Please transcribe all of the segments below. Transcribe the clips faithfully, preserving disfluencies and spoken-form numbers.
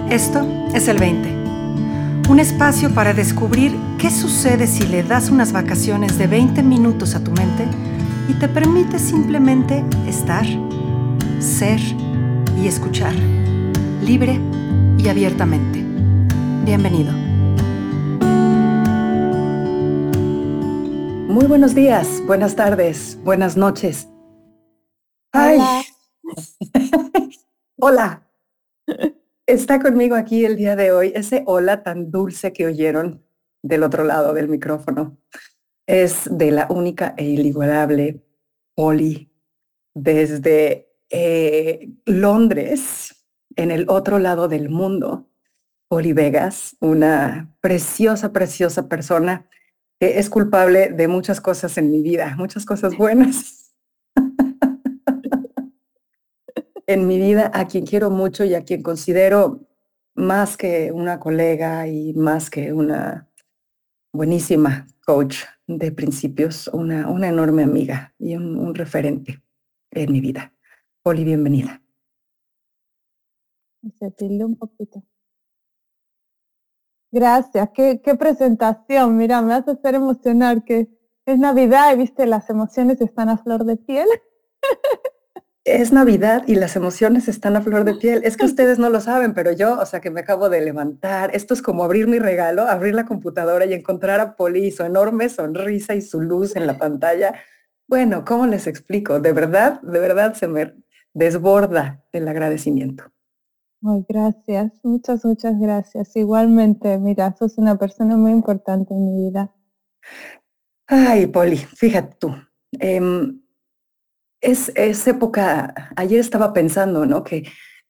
Esto es el veinte, un espacio para descubrir qué sucede si le das unas vacaciones de veinte minutos a tu mente y te permite simplemente estar, ser y escuchar, libre y abiertamente. Bienvenido. Muy buenos días, buenas tardes, buenas noches. ¡Ay! Hola. Está conmigo aquí el día de hoy ese hola tan dulce que oyeron del otro lado del micrófono. Es de la única e inigualable Poli desde eh, Londres, en el otro lado del mundo. Poli Vegas, una preciosa, preciosa persona que es culpable de muchas cosas en mi vida, muchas cosas buenas en mi vida, a quien quiero mucho y a quien considero más que una colega y más que una buenísima coach de principios, una, una enorme amiga y un, un referente en mi vida. Poli, bienvenida. Se tildó un poquito. Gracias, qué, qué presentación. Mira, me hace hacer emocionar que es Navidad y viste, las emociones están a flor de piel. Es Navidad y las emociones están a flor de piel. Es que ustedes no lo saben, pero yo, o sea, que me acabo de levantar. Esto es como abrir mi regalo, abrir la computadora y encontrar a Poli y su enorme sonrisa y su luz en la pantalla. Bueno, ¿cómo les explico? De verdad, de verdad se me desborda el agradecimiento. Ay, gracias, muchas, muchas gracias. Igualmente, mira, sos una persona muy importante en mi vida. Ay, Poli, fíjate tú. Eh, es, es época, ayer estaba pensando, ¿no? Que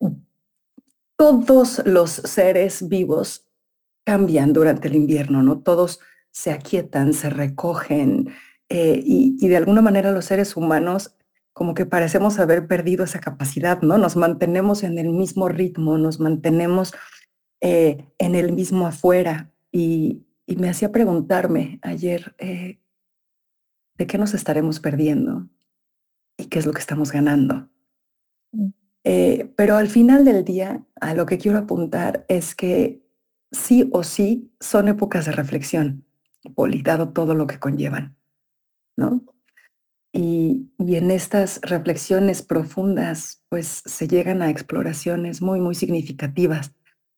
todos los seres vivos cambian durante el invierno, ¿no? Todos se aquietan, se recogen eh, y, y de alguna manera los seres humanos como que parecemos haber perdido esa capacidad, ¿no? Nos mantenemos en el mismo ritmo, nos mantenemos eh, en el mismo afuera y, y me hacía preguntarme ayer eh, de qué nos estaremos perdiendo y qué es lo que estamos ganando. Mm. Eh, pero al final del día, a lo que quiero apuntar es que sí o sí son épocas de reflexión, Poli, dado todo lo que conllevan, ¿no? Y, y en estas reflexiones profundas, pues se llegan a exploraciones muy, muy significativas.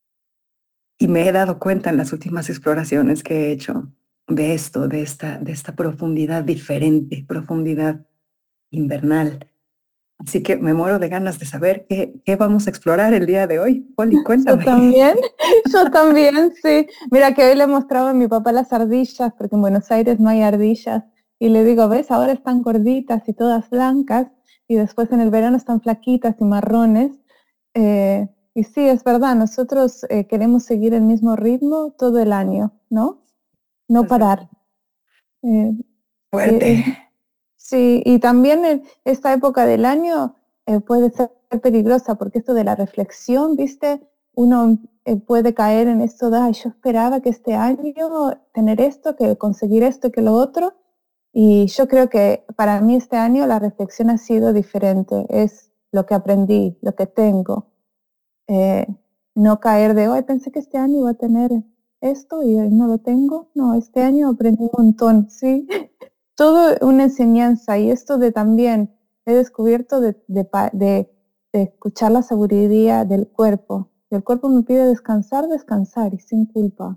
Y me he dado cuenta en las últimas exploraciones que he hecho de esto, de esta, de esta profundidad diferente, profundidad invernal. Así que me muero de ganas de saber qué, qué vamos a explorar el día de hoy. Poli, cuéntame. Yo también, yo también, sí. Mira que hoy le mostraba a mi papá las ardillas, porque en Buenos Aires no hay ardillas, y le digo, ves, ahora están gorditas y todas blancas, y después en el verano están flaquitas y marrones. Eh, y sí, es verdad, nosotros eh, queremos seguir el mismo ritmo todo el año, ¿no? No parar. Eh, Fuerte. eh, Sí, y también en esta época del año eh, puede ser peligrosa porque esto de la reflexión, ¿viste? Uno eh, puede caer en esto de, ay, yo esperaba que este año tener esto, que conseguir esto, que lo otro. Y yo creo que para mí este año la reflexión ha sido diferente. Es lo que aprendí, lo que tengo. Eh, no caer de, ay, pensé que este año iba a tener esto y hoy no lo tengo. No, este año aprendí un montón, ¿sí? Todo una enseñanza y esto de también he descubierto de, de, de, de escuchar la sabiduría del cuerpo. Si el cuerpo me pide descansar, descansar y sin culpa.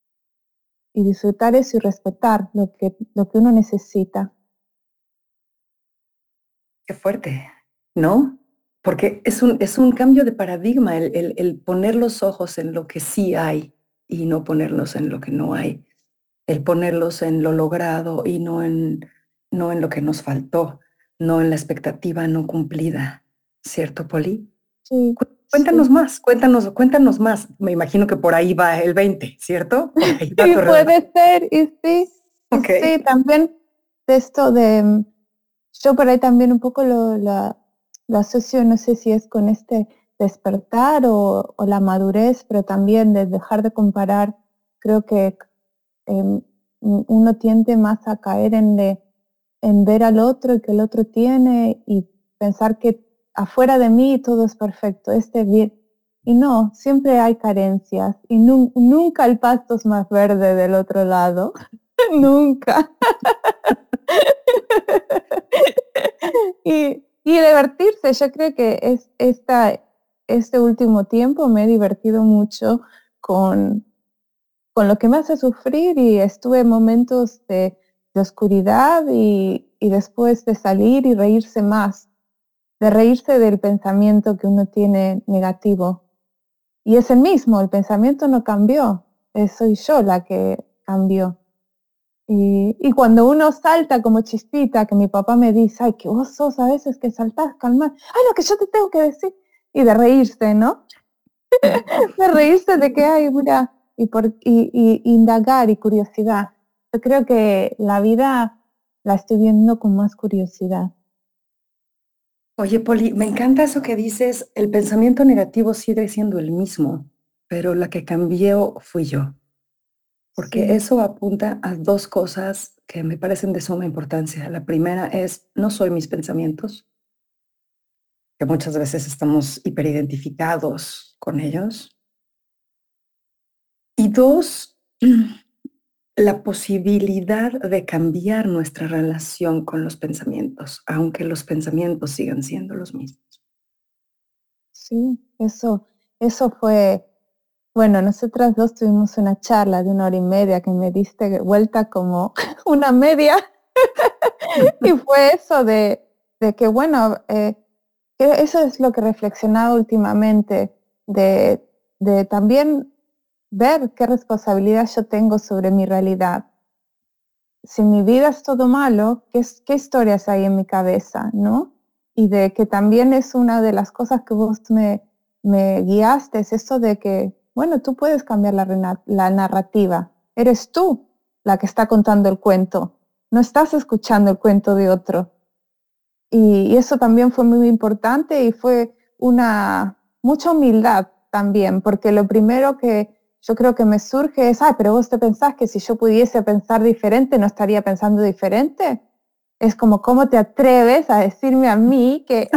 Y disfrutar eso y respetar lo que, lo que uno necesita. Qué fuerte, ¿no? Porque es un, es un cambio de paradigma, el, el, el poner los ojos en lo que sí hay y no ponerlos en lo que no hay. El ponerlos en lo logrado y no en, no en lo que nos faltó, no en la expectativa no cumplida, ¿cierto, Poli? Sí, Cuéntanos sí. más, cuéntanos, cuéntanos más. Me imagino que por ahí va el veinte, ¿cierto? Por ahí va Sí, tu puede ser, y sí, y okay. sí, también de esto de, yo por ahí también un poco lo, la, lo asocio, no sé si es con este despertar o, o la madurez, pero también de dejar de comparar, creo que eh, uno tiende más a caer en, de, en ver al otro y que el otro tiene y pensar que afuera de mí todo es perfecto. Este Y no, siempre hay carencias y nu- nunca el pasto es más verde del otro lado. Nunca. y, y divertirse, yo creo que es esta, este último tiempo me he divertido mucho con, con lo que me hace sufrir y estuve en momentos de, de oscuridad y, y después de salir y reírse más, de reírse del pensamiento que uno tiene negativo. Y es el mismo, el pensamiento no cambió, eh, soy yo la que cambió. Y, y cuando uno salta como chispita, que mi papá me dice, ay, que vos sos a veces que saltás, calmar, ay, lo que yo te tengo que decir, y de reírse, ¿no? De reírse de que, ay, mira, y, por, y, y indagar y curiosidad. Yo creo que la vida la estoy viendo con más curiosidad. Oye, Poli, me encanta eso que dices, el pensamiento negativo sigue siendo el mismo, pero la que cambió fui yo, porque Sí, eso apunta a dos cosas que me parecen de suma importancia. La primera es, no soy mis pensamientos, que muchas veces estamos hiperidentificados con ellos. Y dos, la posibilidad de cambiar nuestra relación con los pensamientos, aunque los pensamientos sigan siendo los mismos. sí, eso, eso fue, bueno, nosotras dos tuvimos una charla de una hora y media que me diste vuelta como una media. Y fue eso de, de que, bueno, eh, que eso es lo que he reflexionado últimamente, de, de también ver qué responsabilidad yo tengo sobre mi realidad. Si mi vida es todo malo, ¿qué, qué historias hay en mi cabeza, no? Y de que también es una de las cosas que vos me, me guiaste, es eso de que, bueno, tú puedes cambiar la, la narrativa. Eres tú la que está contando el cuento. No estás escuchando el cuento de otro. Y, y eso también fue muy importante y fue una mucha humildad también, porque lo primero que yo creo que me surge es, ay, pero vos te pensás que si yo pudiese pensar diferente, no estaría pensando diferente. Es como, ¿cómo te atreves a decirme a mí que...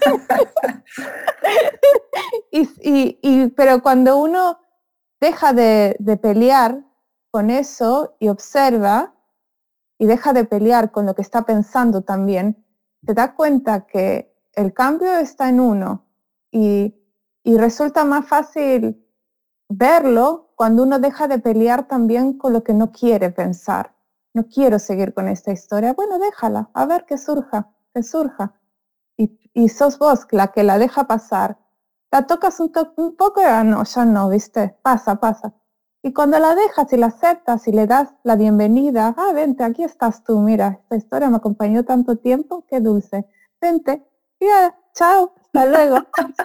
y, y, y, pero cuando uno deja de, de pelear con eso y observa y deja de pelear con lo que está pensando también, te das cuenta que el cambio está en uno y, y resulta más fácil verlo cuando uno deja de pelear también con lo que no quiere pensar. No quiero seguir con esta historia. Bueno, déjala, a ver qué surja, que surja. Y, y sos vos la que la deja pasar. La tocas un, to un poco y ah, no, ya no, ¿viste? Pasa, pasa. Y cuando la dejas y la aceptas y le das la bienvenida, ah, vente, aquí estás tú, mira, esta historia me acompañó tanto tiempo, qué dulce. Vente, y ya, chao, hasta luego.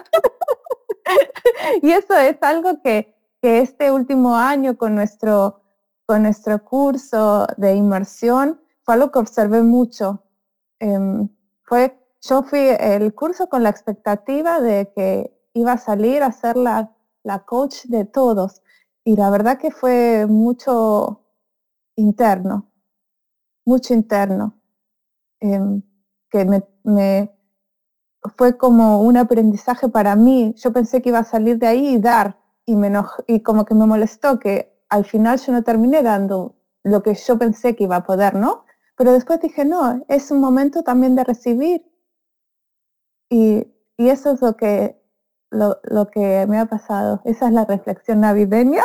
Y eso es algo que, que este último año con nuestro, con nuestro curso de inmersión fue algo que observé mucho. Um, fue, yo fui el curso con la expectativa de que iba a salir a ser la, la coach de todos. Y la verdad que fue mucho interno, mucho interno, um, que me, me fue como un aprendizaje para mí. Yo pensé que iba a salir de ahí y dar, y, me enoj- y como que me molestó que al final yo no terminé dando lo que yo pensé que iba a poder, ¿no? Pero después dije, no, es un momento también de recibir. Y, y eso es lo que, lo, lo que me ha pasado. Esa es la reflexión navideña.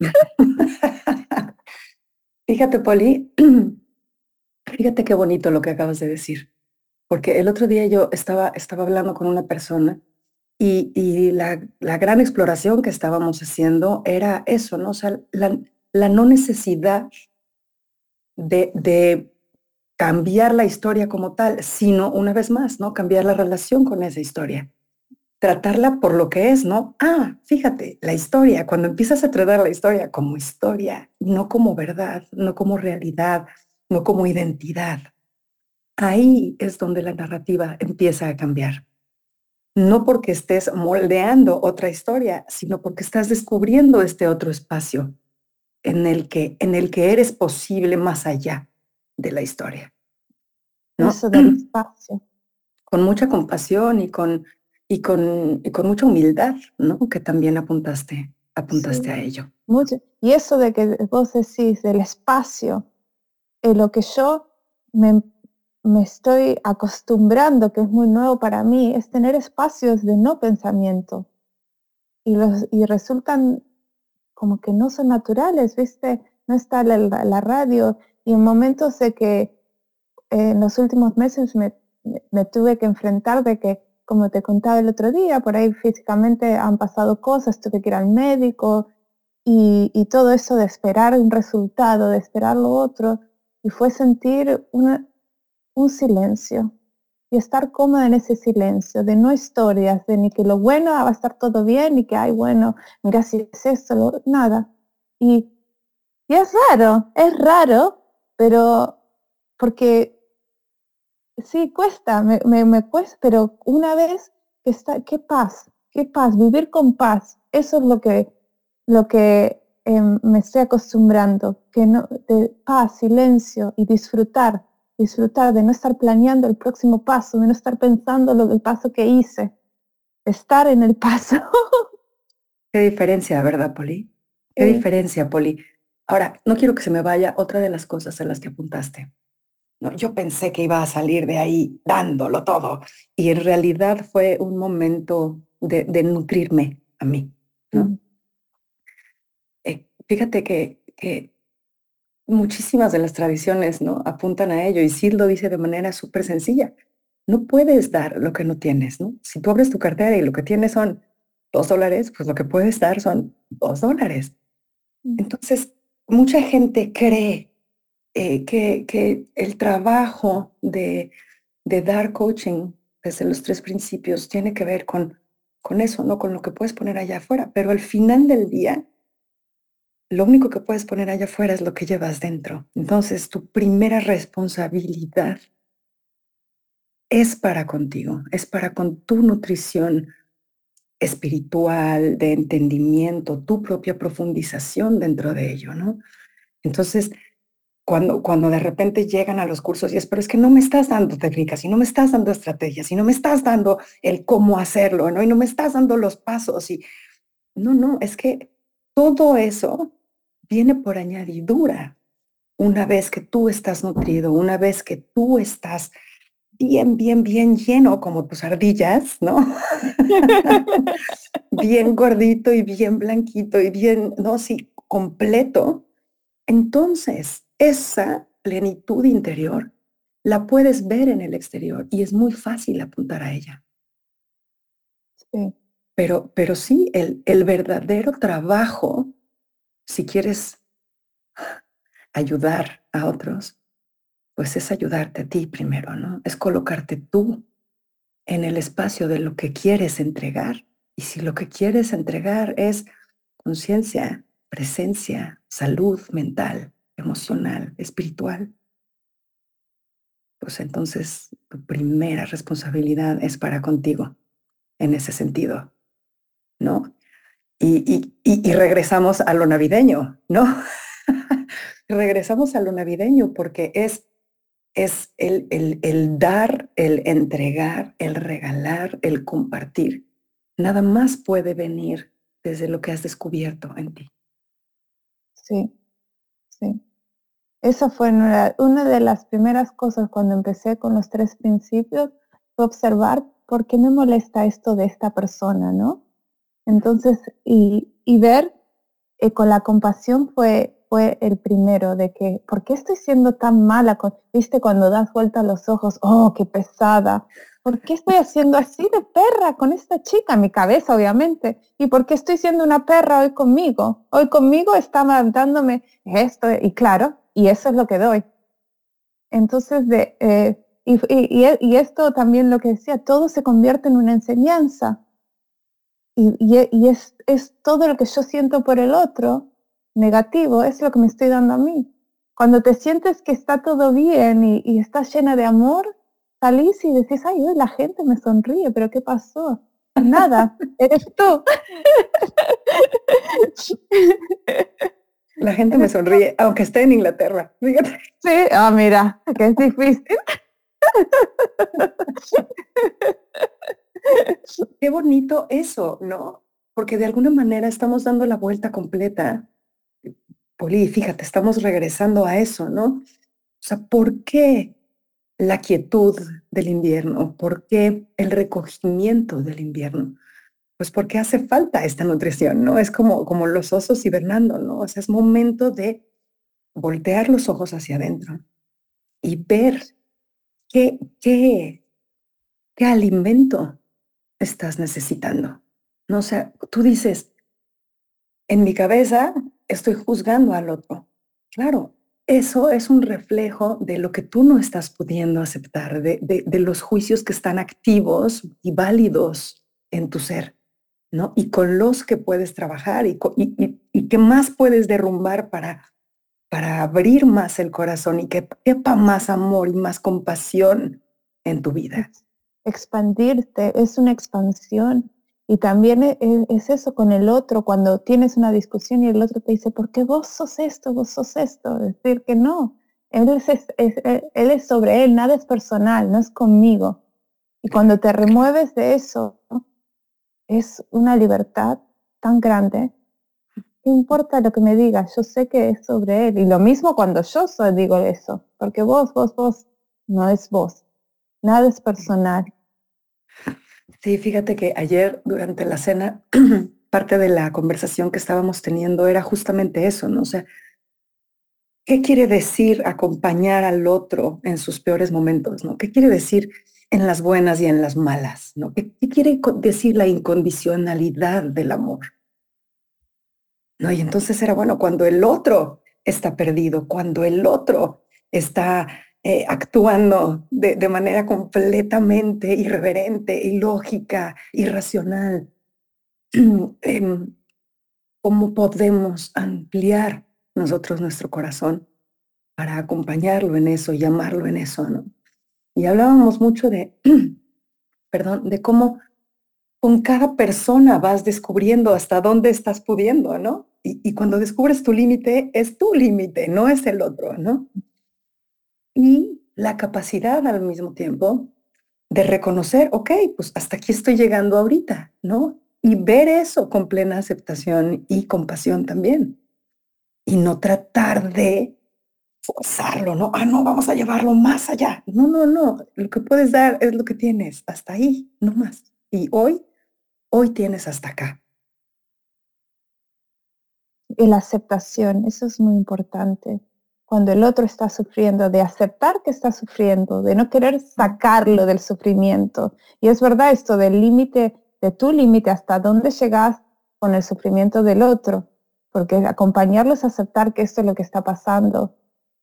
Fíjate, Poli, fíjate qué bonito lo que acabas de decir, porque el otro día yo estaba, estaba hablando con una persona y, y la, la gran exploración que estábamos haciendo era eso, ¿no? O sea, la, la no necesidad de, de cambiar la historia como tal, sino una vez más, ¿no? Cambiar la relación con esa historia. Tratarla por lo que es, ¿no? Ah, fíjate, la historia, cuando empiezas a tratar la historia como historia, no como verdad, no como realidad, no como identidad, ahí es donde la narrativa empieza a cambiar. No porque estés moldeando otra historia, sino porque estás descubriendo este otro espacio en el que, en el que eres posible más allá de la historia, ¿no? Eso del espacio. Con mucha compasión y con, y con, y con mucha humildad, ¿no? Que también apuntaste, apuntaste Sí, a ello. mucho. Y eso de que vos decís del espacio, eh, lo que yo me, me estoy acostumbrando, que es muy nuevo para mí, es tener espacios de no pensamiento. Y, los, y resultan como que no son naturales, ¿viste? No está la, la, la radio. Y en momentos de que eh, en los últimos meses me, me, me tuve que enfrentar de que, como te contaba el otro día, por ahí físicamente han pasado cosas, tuve que ir al médico y, y todo eso de esperar un resultado, de esperar lo otro, y fue sentir una, un silencio y estar cómoda en ese silencio, de no historias, de ni que lo bueno va a estar todo bien, ni que, ay, bueno, mira si es esto, lo, nada. Y, y es raro, es raro, pero porque sí cuesta, me, me, me cuesta, pero una vez que está, qué paz, qué paz, vivir con paz, eso es lo que, lo que eh, me estoy acostumbrando, que no, de paz, silencio y disfrutar, disfrutar de no estar planeando el próximo paso, de no estar pensando lo del paso que hice, estar en el paso. Qué diferencia, ¿verdad, Poli? Qué Sí. diferencia, Poli. Ahora, no quiero que se me vaya otra de las cosas a las que apuntaste. No, yo pensé que iba a salir de ahí dándolo todo y en realidad fue un momento de, de nutrirme a mí, ¿no? Mm. Eh, fíjate que, que muchísimas de las tradiciones, ¿no? Apuntan a ello y Sid lo dice de manera súper sencilla. No puedes dar lo que no tienes, ¿no? Si tú abres tu cartera y lo que tienes son dos dólares, pues lo que puedes dar son dos dólares. Entonces, mucha gente cree eh, que, que el trabajo de, de dar coaching desde los tres principios tiene que ver con, con eso, ¿no? Con lo que puedes poner allá afuera. Pero al final del día, lo único que puedes poner allá afuera es lo que llevas dentro. Entonces, tu primera responsabilidad es para contigo, es para con tu nutrición espiritual, de entendimiento, tu propia profundización dentro de ello, ¿no? Entonces, cuando, cuando de repente llegan a los cursos y es, pero es que no me estás dando técnicas y no me estás dando estrategias y no me estás dando el cómo hacerlo, ¿no? Y no me estás dando los pasos y no, no, es que todo eso viene por añadidura. Una vez que tú estás nutrido, una vez que tú estás bien, bien, bien lleno como tus ardillas, ¿no? Bien gordito y bien blanquito y bien, no, sí, completo. Entonces, esa plenitud interior la puedes ver en el exterior y es muy fácil apuntar a ella. Sí. Pero, pero sí, el, el verdadero trabajo, si quieres ayudar a otros, pues es ayudarte a ti primero, ¿no? Es colocarte tú en el espacio de lo que quieres entregar. Y si lo que quieres entregar es conciencia, presencia, salud mental, emocional, espiritual, pues entonces tu primera responsabilidad es para contigo en ese sentido, ¿no? Y, y, y, y regresamos a lo navideño, ¿no? Regresamos a lo navideño porque es, es el, el, el dar, el entregar, el regalar, el compartir. Nada más puede venir desde lo que has descubierto en ti. Sí, sí. Esa fue una, una de las primeras cosas cuando empecé con los tres principios, fue observar por qué me molesta esto de esta persona, ¿no? Entonces, y, y ver eh, con la compasión fue, fue el primero, de que, ¿por qué estoy siendo tan mala? Con, ¿viste cuando das vuelta a los ojos? ¡Oh, qué pesada! ¿Por qué estoy haciendo así de perra con esta chica? En mi cabeza, obviamente. ¿Y por qué estoy siendo una perra hoy conmigo? Hoy conmigo estaba dándome esto, y claro, y eso es lo que doy. Entonces, de, eh, y, y, y esto también lo que decía, todo se convierte en una enseñanza. Y, y, y es, es todo lo que yo siento por el otro, negativo, es lo que me estoy dando a mí. Cuando te sientes que está todo bien y, y estás llena de amor, salís y decís, ay, hoy la gente me sonríe, pero ¿qué pasó? Nada, eres tú. La gente me Eres tú. sonríe, aunque esté en Inglaterra. Fíjate. Sí, ah, mira, que es difícil. Qué bonito eso, ¿no? Porque de alguna manera estamos dando la vuelta completa. Poli, fíjate, estamos regresando a eso, ¿no? O sea, ¿por qué la quietud del invierno? ¿Por qué el recogimiento del invierno? Pues porque hace falta esta nutrición, ¿no? Es como, como los osos hibernando, ¿no? O sea, es momento de voltear los ojos hacia adentro y ver qué, qué, qué alimento estás necesitando. No, o sea, tú dices, en mi cabeza estoy juzgando al otro. Claro, eso es un reflejo de lo que tú no estás pudiendo aceptar, de, de, de los juicios que están activos y válidos en tu ser, ¿no? Y con los que puedes trabajar y, y, y, y que más puedes derrumbar para, para abrir más el corazón y que quepa más amor y más compasión en tu vida. Expandirte, es una expansión. Y también es, es eso con el otro, cuando tienes una discusión y el otro te dice, ¿por qué vos sos esto, vos sos esto? Es decir, que no, él es, es, es, él es sobre él, nada es personal, no es conmigo. Y cuando te remueves de eso, ¿no? Es una libertad tan grande. No importa lo que me digas, yo sé que es sobre él. Y lo mismo cuando yo soy, digo eso, porque vos, vos, vos, no es vos. Nada es personal. Sí, fíjate que ayer durante la cena, parte de la conversación que estábamos teniendo era justamente eso, ¿no? O sea, ¿qué quiere decir acompañar al otro en sus peores momentos, ¿no? ¿Qué quiere decir en las buenas y en las malas, ¿no? ¿Qué, qué quiere decir la incondicionalidad del amor? ¿No? Y entonces era, bueno, cuando el otro está perdido, cuando el otro está eh, actuando de, de manera completamente irreverente, ilógica, irracional, eh, ¿cómo podemos ampliar nosotros nuestro corazón para acompañarlo en eso y llamarlo en eso, ¿no? Y hablábamos mucho de, perdón, de cómo con cada persona vas descubriendo hasta dónde estás pudiendo, ¿no? Y, y cuando descubres tu límite, es tu límite, no es el otro, ¿no? Y la capacidad al mismo tiempo de reconocer, ok, pues hasta aquí estoy llegando ahorita, ¿no? Y ver eso con plena aceptación y compasión también. Y no tratar de forzarlo, ¿no? Ah, no, vamos a llevarlo más allá. No, no, no. Lo que puedes dar es lo que tienes, hasta ahí, no más. Y hoy, hoy tienes hasta acá. Y la aceptación, eso es muy importante. Cuando el otro está sufriendo, de aceptar que está sufriendo, de no querer sacarlo del sufrimiento. Y es verdad esto del límite, de tu límite, hasta dónde llegas con el sufrimiento del otro. Porque acompañarlo es aceptar que esto es lo que está pasando.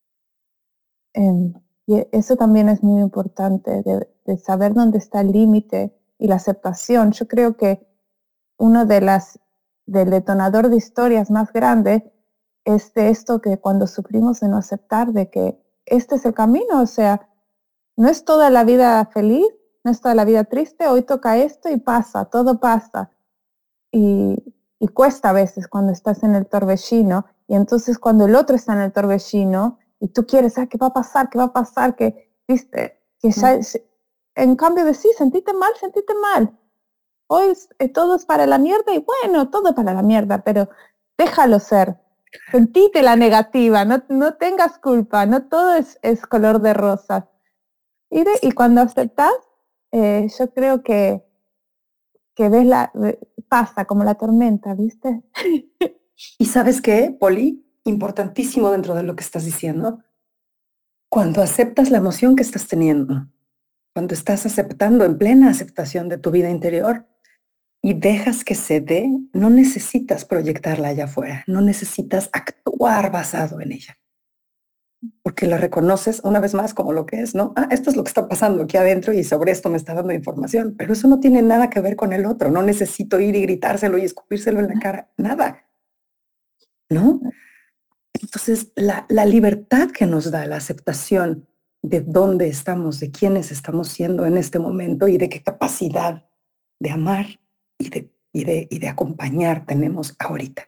Eh, y eso también es muy importante, de, de saber dónde está el límite y la aceptación. Yo creo que uno de las del detonador de historias más grande es de esto que cuando sufrimos de no aceptar de que este es el camino, o sea, no es toda la vida feliz, no es toda la vida triste, hoy toca esto y pasa, todo pasa. Y, y cuesta a veces cuando estás en el torbellino, y entonces cuando el otro está en el torbellino y tú quieres, ah, ¿qué va a pasar? ¿Qué va a pasar? Que, viste, que ya, en cambio de sí, sentite mal, sentite mal. Hoy eh, todo es para la mierda y bueno, todo es para la mierda, pero déjalo ser. Sentite la negativa, no, no tengas culpa, no todo es, es color de rosas. Y, de, y cuando aceptas, eh, yo creo que, que ves la, pasa como la tormenta, ¿viste? ¿Y sabes qué, Poli? Importantísimo dentro de lo que estás diciendo. Cuando aceptas la emoción que estás teniendo, cuando estás aceptando en plena aceptación de tu vida interior, y dejas que se dé, no necesitas proyectarla allá afuera, no necesitas actuar basado en ella, porque la reconoces una vez más como lo que es, ¿no? Ah, esto es lo que está pasando aquí adentro y sobre esto me está dando información, pero eso no tiene nada que ver con el otro, no necesito ir y gritárselo y escupírselo en la cara, nada, ¿no? Entonces, la, la libertad que nos da la aceptación de dónde estamos, de quiénes estamos siendo en este momento y de qué capacidad de amar y de, y de, y de acompañar tenemos ahorita.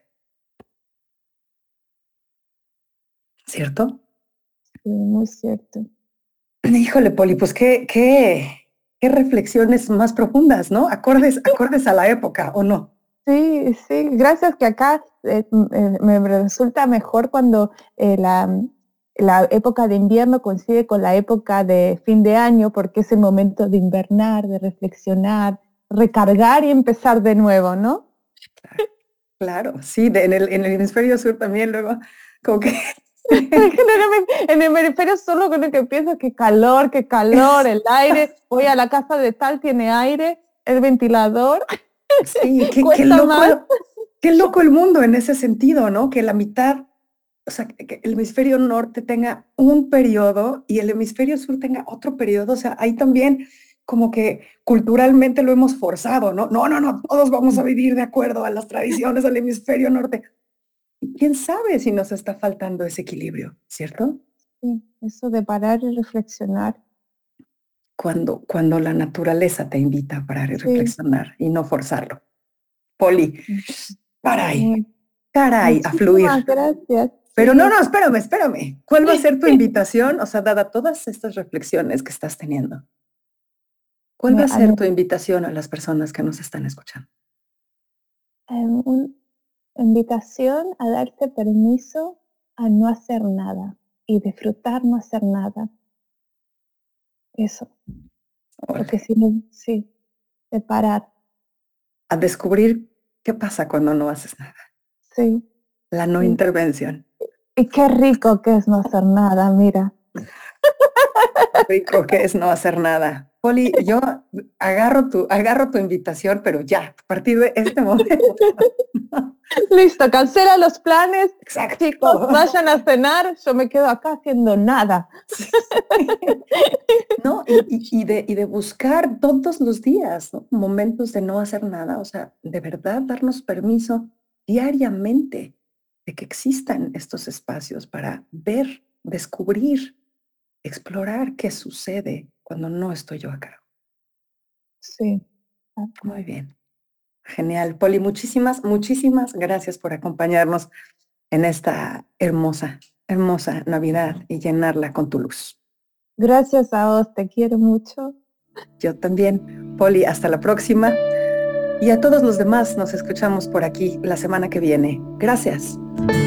¿Cierto? Sí, muy cierto. Híjole, Poli, pues qué, qué, qué reflexiones más profundas, ¿no? Acordes, acordes a la época, ¿o no? Sí, sí, gracias que acá eh, eh, me resulta mejor cuando eh, la, la época de invierno coincide con la época de fin de año, porque es el momento de invernar, de reflexionar, recargar y empezar de nuevo, ¿no? Claro, claro, sí, de, en, el, en el hemisferio sur también luego, como que... En el hemisferio solo con lo que pienso que calor, que calor, el aire, voy a la casa de tal, tiene aire, el ventilador. Sí, qué, qué loco, qué loco el mundo en ese sentido, ¿no? Que la mitad, o sea, que el hemisferio norte tenga un periodo y el hemisferio sur tenga otro periodo, o sea, ahí también como que culturalmente lo hemos forzado, ¿no? No, no, no, todos vamos a vivir de acuerdo a las tradiciones del hemisferio norte. ¿Quién sabe si nos está faltando ese equilibrio, cierto? Sí, eso de parar y reflexionar. Cuando, cuando la naturaleza te invita a parar y reflexionar sí. y no forzarlo. Poli, caray, caray, a fluir. Gracias. Pero sí. no, no, espérame, espérame. ¿Cuál va a ser tu invitación? O sea, dada todas estas reflexiones que estás teniendo, ¿cuál va a ser tu invitación a las personas que nos están escuchando? Um, una invitación a darte permiso a no hacer nada y disfrutar no hacer nada. Eso. Ole. Porque si no, sí, de parar. A descubrir qué pasa cuando no haces nada. Sí. La no sí. intervención. Y qué rico que es no hacer nada, mira. Rico que es no hacer nada. Poli, yo agarro tu, agarro tu invitación, pero ya, a partir de este momento. Listo, cancela los planes. Exacto. Chicos, vayan a cenar, yo me quedo acá haciendo nada. Sí, sí. ¿No? Y, y, y, de, y de buscar todos los días, ¿no? Momentos de no hacer nada, o sea, de verdad darnos permiso diariamente de que existan estos espacios para ver, descubrir, explorar qué sucede cuando no estoy yo a cargo. Sí. Muy bien. Genial. Poli, muchísimas, muchísimas gracias por acompañarnos en esta hermosa, hermosa Navidad y llenarla con tu luz. Gracias a vos, te quiero mucho. Yo también. Poli, hasta la próxima. Y a todos los demás nos escuchamos por aquí la semana que viene. Gracias.